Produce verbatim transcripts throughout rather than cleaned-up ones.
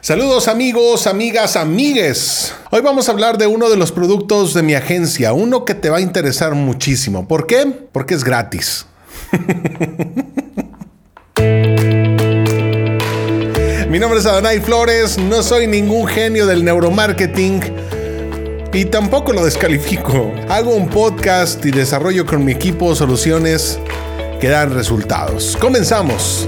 Saludos amigos, amigas, amigues. Hoy vamos a hablar de uno de los productos de mi agencia, uno que te va a interesar muchísimo. ¿Por qué? Porque es gratis. Mi nombre es Adonai Flores, no soy ningún genio del neuromarketing y tampoco lo descalifico. Hago un podcast y desarrollo con mi equipo soluciones que dan resultados. Comenzamos.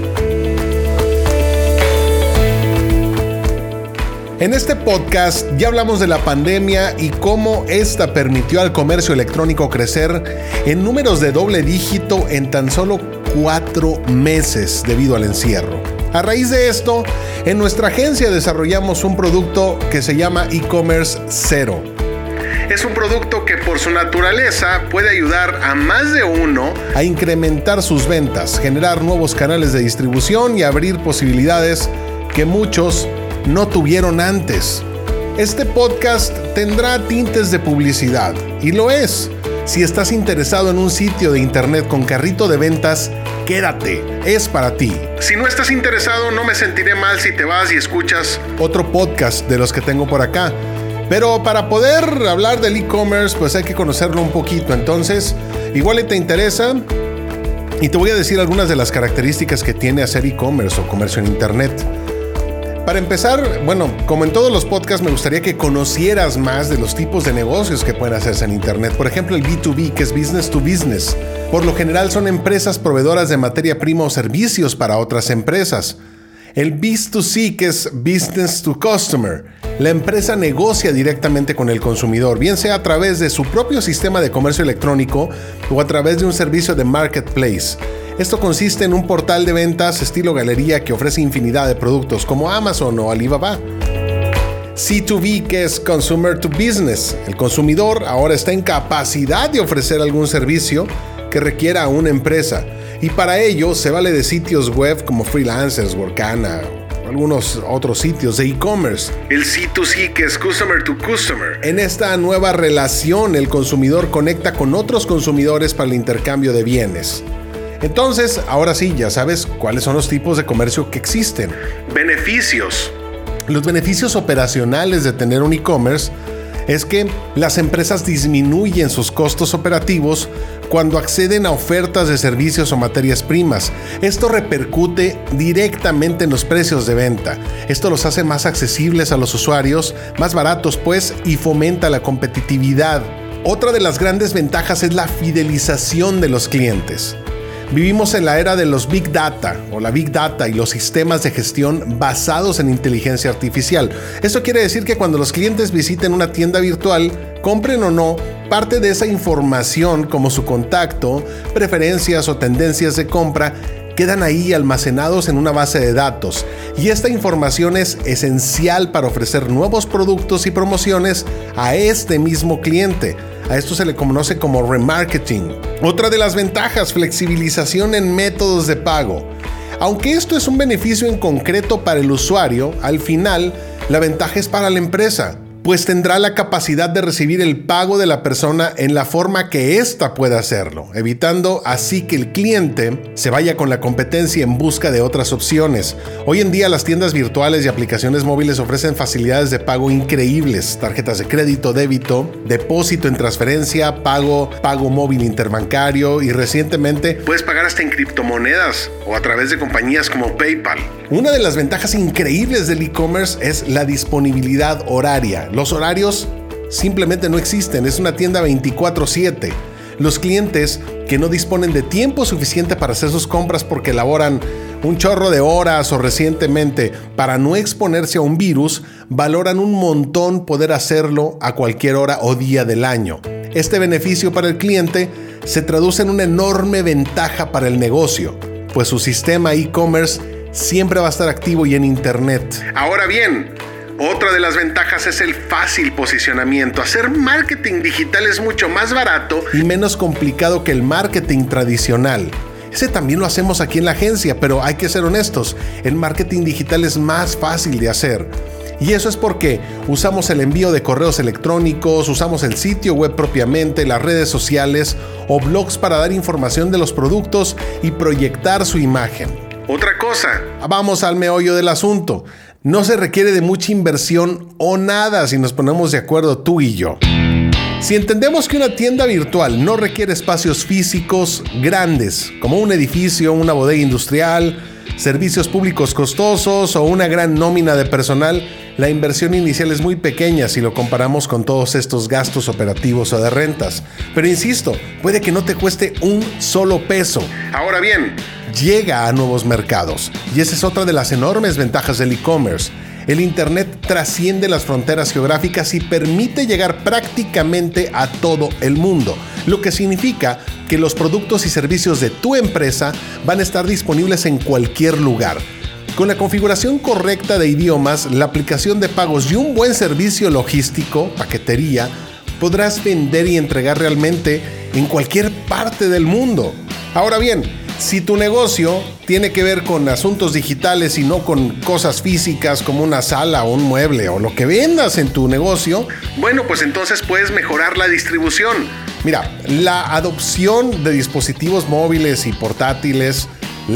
En este podcast ya hablamos de la pandemia y cómo esta permitió al comercio electrónico crecer en números de doble dígito en tan solo cuatro meses debido al encierro. A raíz de esto, en nuestra agencia desarrollamos un producto que se llama e-commerce cero. Es un producto que por su naturaleza puede ayudar a más de uno a incrementar sus ventas, generar nuevos canales de distribución y abrir posibilidades que muchos no tuvieron antes. Este podcast tendrá tintes de publicidad, y lo es. Si estás interesado en un sitio de internet con carrito de ventas, quédate, es para ti. Si no estás interesado, no me sentiré mal si te vas y escuchas otro podcast de los que tengo por acá. Pero para poder hablar del e-commerce, pues hay que conocerlo un poquito. Entonces, igual te interesa, y te voy a decir algunas de las características que tiene hacer e-commerce o comercio en internet. Para empezar, bueno, como en todos los podcasts, me gustaría que conocieras más de los tipos de negocios que pueden hacerse en Internet. Por ejemplo, el B dos B, que es Business to Business. Por lo general son empresas proveedoras de materia prima o servicios para otras empresas. El B dos C, que es Business to Customer. La empresa negocia directamente con el consumidor, bien sea a través de su propio sistema de comercio electrónico o a través de un servicio de marketplace. Esto consiste en un portal de ventas estilo galería que ofrece infinidad de productos como Amazon o Alibaba. C dos B, que es Consumer to Business. El consumidor ahora está en capacidad de ofrecer algún servicio que requiera a una empresa, y para ello se vale de sitios web como Freelancers, Workana o algunos otros sitios de e-commerce. El C dos C, que es Customer to Customer. En esta nueva relación, el consumidor conecta con otros consumidores para el intercambio de bienes. Entonces, ahora sí, ya sabes cuáles son los tipos de comercio que existen. Beneficios. Los beneficios operacionales de tener un e-commerce es que las empresas disminuyen sus costos operativos cuando acceden a ofertas de servicios o materias primas. Esto repercute directamente en los precios de venta. Esto los hace más accesibles a los usuarios, más baratos pues, y fomenta la competitividad. Otra de las grandes ventajas es la fidelización de los clientes. Vivimos en la era de los Big Data o la Big Data y los sistemas de gestión basados en inteligencia artificial. Esto quiere decir que cuando los clientes visiten una tienda virtual, compren o no, parte de esa información como su contacto, preferencias o tendencias de compra quedan ahí almacenados en una base de datos, y esta información es esencial para ofrecer nuevos productos y promociones a este mismo cliente. A esto se le conoce como remarketing. Otra de las ventajas, flexibilización en métodos de pago. Aunque esto es un beneficio en concreto para el usuario, al final la ventaja es para la empresa, pues tendrá la capacidad de recibir el pago de la persona en la forma que ésta pueda hacerlo, evitando así que el cliente se vaya con la competencia en busca de otras opciones. Hoy en día las tiendas virtuales y aplicaciones móviles ofrecen facilidades de pago increíbles: tarjetas de crédito, débito, depósito en transferencia, pago, pago móvil interbancario, y recientemente puedes pagar hasta en criptomonedas o a través de compañías como PayPal. Una de las ventajas increíbles del e-commerce es la disponibilidad horaria. Los horarios simplemente no existen, es una tienda veinticuatro siete. Los clientes que no disponen de tiempo suficiente para hacer sus compras porque laboran un chorro de horas o recientemente para no exponerse a un virus, valoran un montón poder hacerlo a cualquier hora o día del año. Este beneficio para el cliente se traduce en una enorme ventaja para el negocio, pues su sistema e-commerce siempre va a estar activo y en internet. Ahora bien, otra de las ventajas es el fácil posicionamiento. Hacer marketing digital es mucho más barato y menos complicado que el marketing tradicional. Ese también lo hacemos aquí en la agencia, pero hay que ser honestos, el marketing digital es más fácil de hacer. Y eso es porque usamos el envío de correos electrónicos, usamos el sitio web propiamente, las redes sociales o blogs para dar información de los productos y proyectar su imagen. Otra cosa, vamos al meollo del asunto. No se requiere de mucha inversión o nada si nos ponemos de acuerdo tú y yo. Si entendemos que una tienda virtual no requiere espacios físicos grandes, como un edificio, una bodega industrial, servicios públicos costosos o una gran nómina de personal, la inversión inicial es muy pequeña si lo comparamos con todos estos gastos operativos o de rentas. Pero insisto, puede que no te cueste un solo peso. Ahora bien, llega a nuevos mercados y esa es otra de las enormes ventajas del e-commerce. El Internet trasciende las fronteras geográficas y permite llegar prácticamente a todo el mundo, lo que significa que los productos y servicios de tu empresa van a estar disponibles en cualquier lugar. Con la configuración correcta de idiomas, la aplicación de pagos y un buen servicio logístico, paquetería, podrás vender y entregar realmente en cualquier parte del mundo. Ahora bien, si tu negocio tiene que ver con asuntos digitales y no con cosas físicas como una sala o un mueble o lo que vendas en tu negocio, bueno, pues entonces puedes mejorar la distribución. Mira, la adopción de dispositivos móviles y portátiles,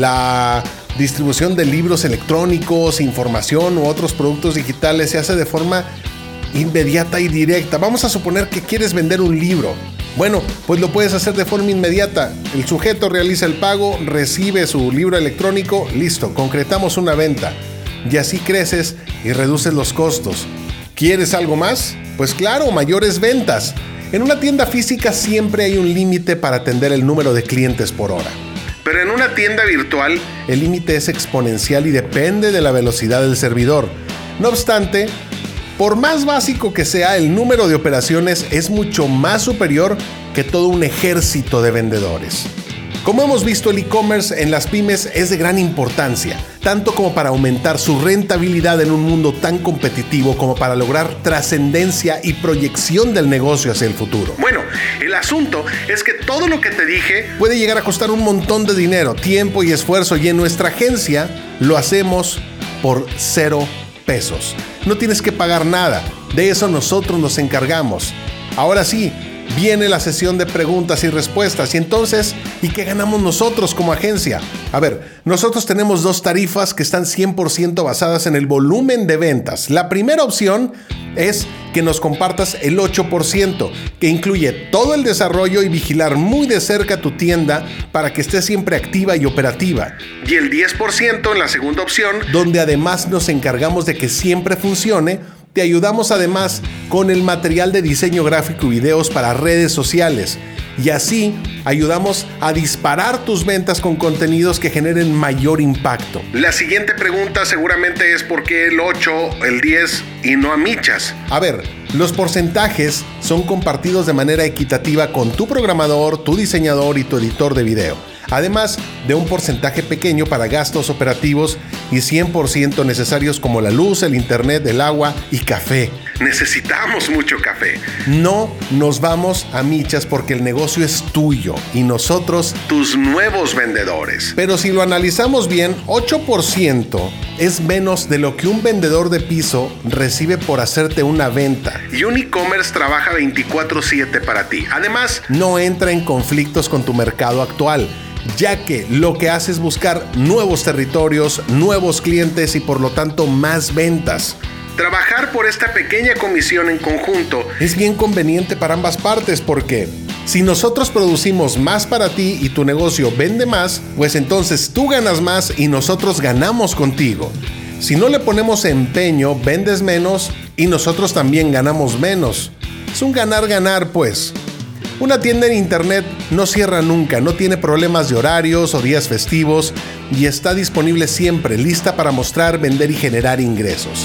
la distribución de libros electrónicos, información u otros productos digitales se hace de forma inmediata y directa. Vamos a suponer que quieres vender un libro. Bueno, pues lo puedes hacer de forma inmediata. El sujeto realiza el pago, recibe su libro electrónico, listo, concretamos una venta. Y así creces y reduces los costos. ¿Quieres algo más? Pues claro, mayores ventas. En una tienda física siempre hay un límite para atender el número de clientes por hora. Pero en una tienda virtual, el límite es exponencial y depende de la velocidad del servidor. No obstante, por más básico que sea, el número de operaciones es mucho más superior que todo un ejército de vendedores. Como hemos visto, el e-commerce en las pymes es de gran importancia, tanto como para aumentar su rentabilidad en un mundo tan competitivo como para lograr trascendencia y proyección del negocio hacia el futuro. Bueno, el asunto es que todo lo que te dije puede llegar a costar un montón de dinero, tiempo y esfuerzo, y en nuestra agencia lo hacemos por cero pesos. No tienes que pagar nada, de eso nosotros nos encargamos. Ahora sí, viene la sesión de preguntas y respuestas. Y entonces, ¿y qué ganamos nosotros como agencia? A ver, nosotros tenemos dos tarifas que están cien por ciento basadas en el volumen de ventas. La primera opción es que nos compartas el ocho por ciento, que incluye todo el desarrollo y vigilar muy de cerca tu tienda para que esté siempre activa y operativa. Y el diez por ciento en la segunda opción, donde además nos encargamos de que siempre funcione. Te ayudamos además con el material de diseño gráfico y videos para redes sociales. Y así ayudamos a disparar tus ventas con contenidos que generen mayor impacto. La siguiente pregunta seguramente es ¿por qué el ocho, el diez y no a michas? A ver, los porcentajes son compartidos de manera equitativa con tu programador, tu diseñador y tu editor de video. Además de un porcentaje pequeño para gastos operativos y cien por ciento necesarios como la luz, el internet, el agua y café. Necesitamos mucho café. No nos vamos a michas porque el negocio es tuyo y nosotros tus nuevos vendedores. Pero si lo analizamos bien, ocho por ciento es menos de lo que un vendedor de piso recibe por hacerte una venta. Y un e-commerce trabaja veinticuatro siete para ti. Además, no entra en conflictos con tu mercado actual, ya que lo que hace es buscar nuevos territorios, nuevos clientes y por lo tanto más ventas. Trabajar por esta pequeña comisión en conjunto es bien conveniente para ambas partes porque si nosotros producimos más para ti y tu negocio vende más, pues entonces tú ganas más y nosotros ganamos contigo. Si no le ponemos empeño, vendes menos y nosotros también ganamos menos. Es un ganar-ganar, pues. Una tienda en internet no cierra nunca, no tiene problemas de horarios o días festivos y está disponible siempre, lista para mostrar, vender y generar ingresos.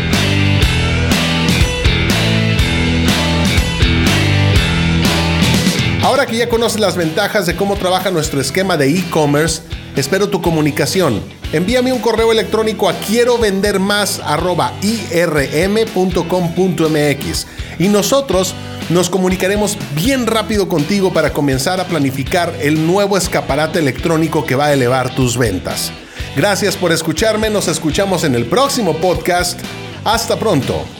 Ahora que ya conoces las ventajas de cómo trabaja nuestro esquema de e-commerce, espero tu comunicación. Envíame un correo electrónico a quiero vender más arroba i r m punto com punto m x y nosotros nos comunicaremos bien rápido contigo para comenzar a planificar el nuevo escaparate electrónico que va a elevar tus ventas. Gracias por escucharme, nos escuchamos en el próximo podcast. Hasta pronto.